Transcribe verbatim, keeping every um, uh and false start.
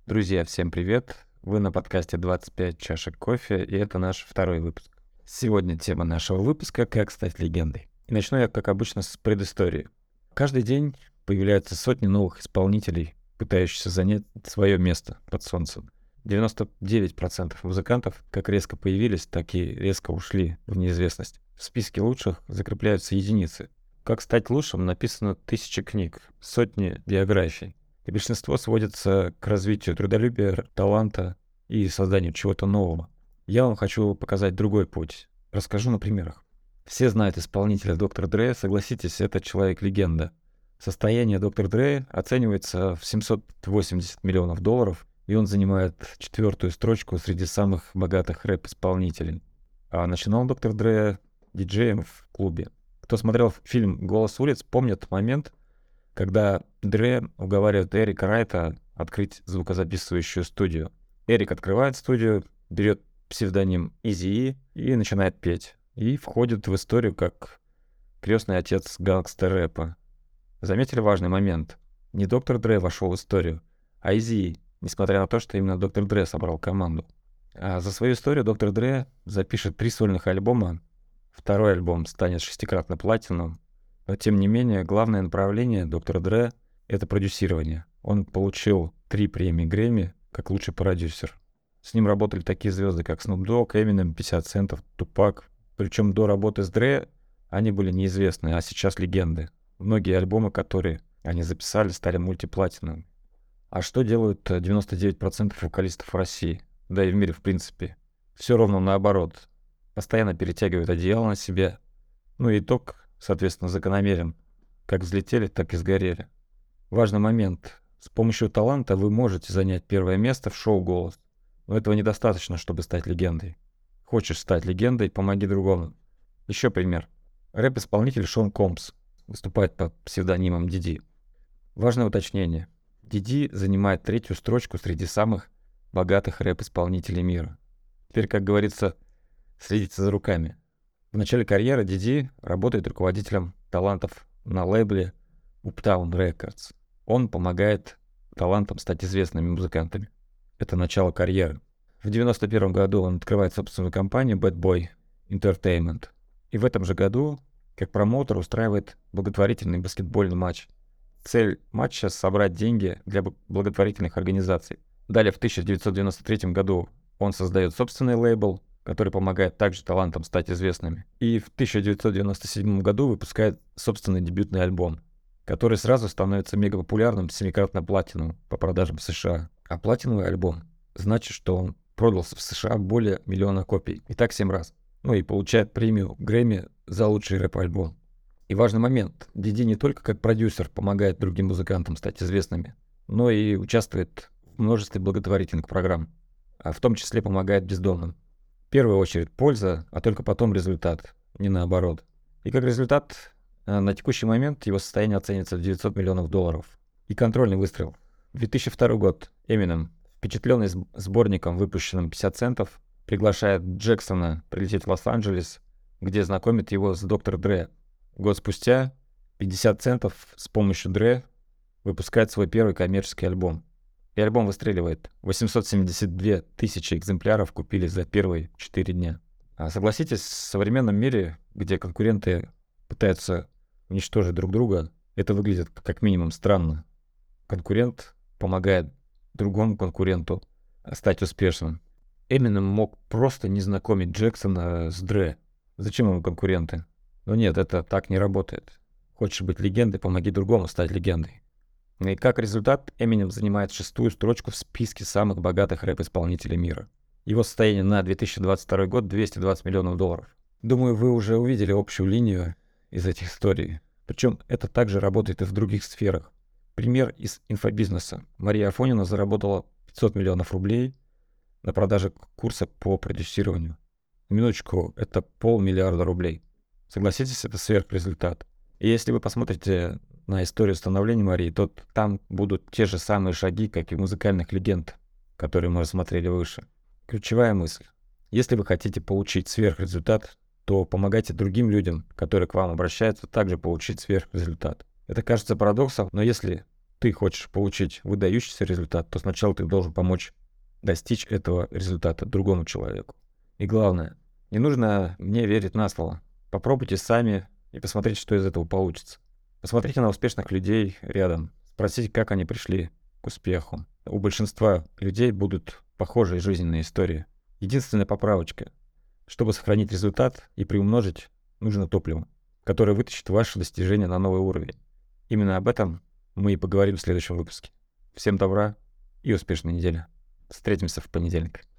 Друзья, всем привет! Вы на подкасте двадцать пять чашек кофе, и это наш второй выпуск. Сегодня тема нашего выпуска «Как стать легендой». И начну я, как обычно, с предыстории. Каждый день появляются сотни новых исполнителей, пытающихся занять свое место под солнцем. девяносто девять процентов музыкантов как резко появились, так и резко ушли в неизвестность. В списке лучших закрепляются единицы. Как стать лучшим написано тысячи книг, сотни биографий. И большинство сводится к развитию трудолюбия, таланта и созданию чего-то нового. Я вам хочу показать другой путь. Расскажу на примерах. Все знают исполнителя доктор Dre, согласитесь, это человек-легенда. Состояние доктор Dre оценивается в семьсот восемьдесят миллионов долларов, и он занимает четвертую строчку среди самых богатых рэп-исполнителей. А начинал доктор Dre диджеем в клубе. Кто смотрел фильм «Голос улиц», помнит момент, когда Dre уговаривает Эрика Райта открыть звукозаписывающую студию. Эрик открывает студию, берет псевдоним Eazy-E и начинает петь. И входит в историю как крестный отец гангстер-рэпа. Заметили важный момент? Не доктор Dre вошел в историю, а Eazy-E, несмотря на то, что именно доктор Dre собрал команду. А за свою историю доктор Dre запишет три сольных альбома. Второй альбом станет шестикратно платиновым. Но, тем не менее, главное направление доктора Dre — это продюсирование. Он получил три премии Грэмми как лучший продюсер. С ним работали такие звезды, как Snoop Dogg, Eminem, пятьдесят Центов, Тупак. Причем до работы с Dre они были неизвестны, а сейчас легенды. Многие альбомы, которые они записали, стали мультиплатиновыми. А что делают девяносто девять процентов вокалистов в России? Да и в мире, в принципе. Все ровно наоборот. Постоянно перетягивают одеяло на себя. Ну и итог, соответственно, закономерен. Как взлетели, так и сгорели. Важный момент. С помощью таланта вы можете занять первое место в шоу «Голос». Но этого недостаточно, чтобы стать легендой. Хочешь стать легендой — помоги другому. Еще пример. Рэп-исполнитель Шон Компс выступает под псевдонимом ди ди. Важное уточнение. ди ди занимает третью строчку среди самых богатых рэп-исполнителей мира. Теперь, как говорится, следите за руками. В начале карьеры ди ди работает руководителем талантов на лейбле Uptown Records. Он помогает талантам стать известными музыкантами. Это начало карьеры. В девяносто первом году он открывает собственную компанию Bad Boy Entertainment. И в этом же году, как промоутер, устраивает благотворительный баскетбольный матч. Цель матча — собрать деньги для благотворительных организаций. Далее, в тысяча девятьсот девяносто третьем году он создает собственный лейбл, который помогает также талантам стать известными. И в тысяча девятьсот девяносто седьмом году выпускает собственный дебютный альбом, который сразу становится мегапопулярным, семикратно платиновым по продажам в США. А платиновый альбом значит, что он продался в США более миллиона копий. И так семь раз. Ну и получает премию Грэмми за лучший рэп-альбом. И важный момент. ди ди не только как продюсер помогает другим музыкантам стать известными, но и участвует в множестве благотворительных программ, а в том числе помогает бездомным. В первую очередь польза, а только потом результат, не наоборот. И как результат, на текущий момент его состояние оценивается в девятьсот миллионов долларов. И контрольный выстрел. две тысячи второй год. Eminem, впечатленный сборником, выпущенным пятьдесят Центов, приглашает Джексона прилететь в Лос-Анджелес, где знакомит его с доктор Dre. Год спустя пятьдесят Центов с помощью Dre выпускает свой первый коммерческий альбом. И альбом выстреливает. восемьсот семьдесят две тысячи экземпляров купили за первые четыре дня. А согласитесь, в современном мире, где конкуренты пытаются уничтожить друг друга, это выглядит как минимум странно. Конкурент помогает другому конкуренту стать успешным. Эминем мог просто не знакомить Джексона с Dre. Зачем ему конкуренты? Но нет, это так не работает. Хочешь быть легендой — помоги другому стать легендой. И как результат, Eminem занимает шестую строчку в списке самых богатых рэп-исполнителей мира. Его состояние на две тысячи двадцать второй год — двести двадцать миллионов долларов. Думаю, вы уже увидели общую линию из этих историй. Причем это также работает и в других сферах. Пример из инфобизнеса. Мария Афонина заработала пятьсот миллионов рублей на продаже курса по продюсированию. Минуточку, это полмиллиарда рублей. Согласитесь, это сверхрезультат. И если вы посмотрите на историю становления Марии, то там будут те же самые шаги, как и музыкальных легенд, которые мы рассмотрели выше. Ключевая мысль. Если вы хотите получить сверхрезультат, то помогайте другим людям, которые к вам обращаются, также получить сверхрезультат. Это кажется парадоксом, но если ты хочешь получить выдающийся результат, то сначала ты должен помочь достичь этого результата другому человеку. И главное, не нужно мне верить на слово. Попробуйте сами и посмотрите, что из этого получится. Посмотрите на успешных людей рядом, спросите, как они пришли к успеху. У большинства людей будут похожие жизненные истории. Единственная поправочка. Чтобы сохранить результат и приумножить, нужно топливо, которое вытащит ваши достижения на новый уровень. Именно об этом мы и поговорим в следующем выпуске. Всем добра и успешной недели. Встретимся в понедельник.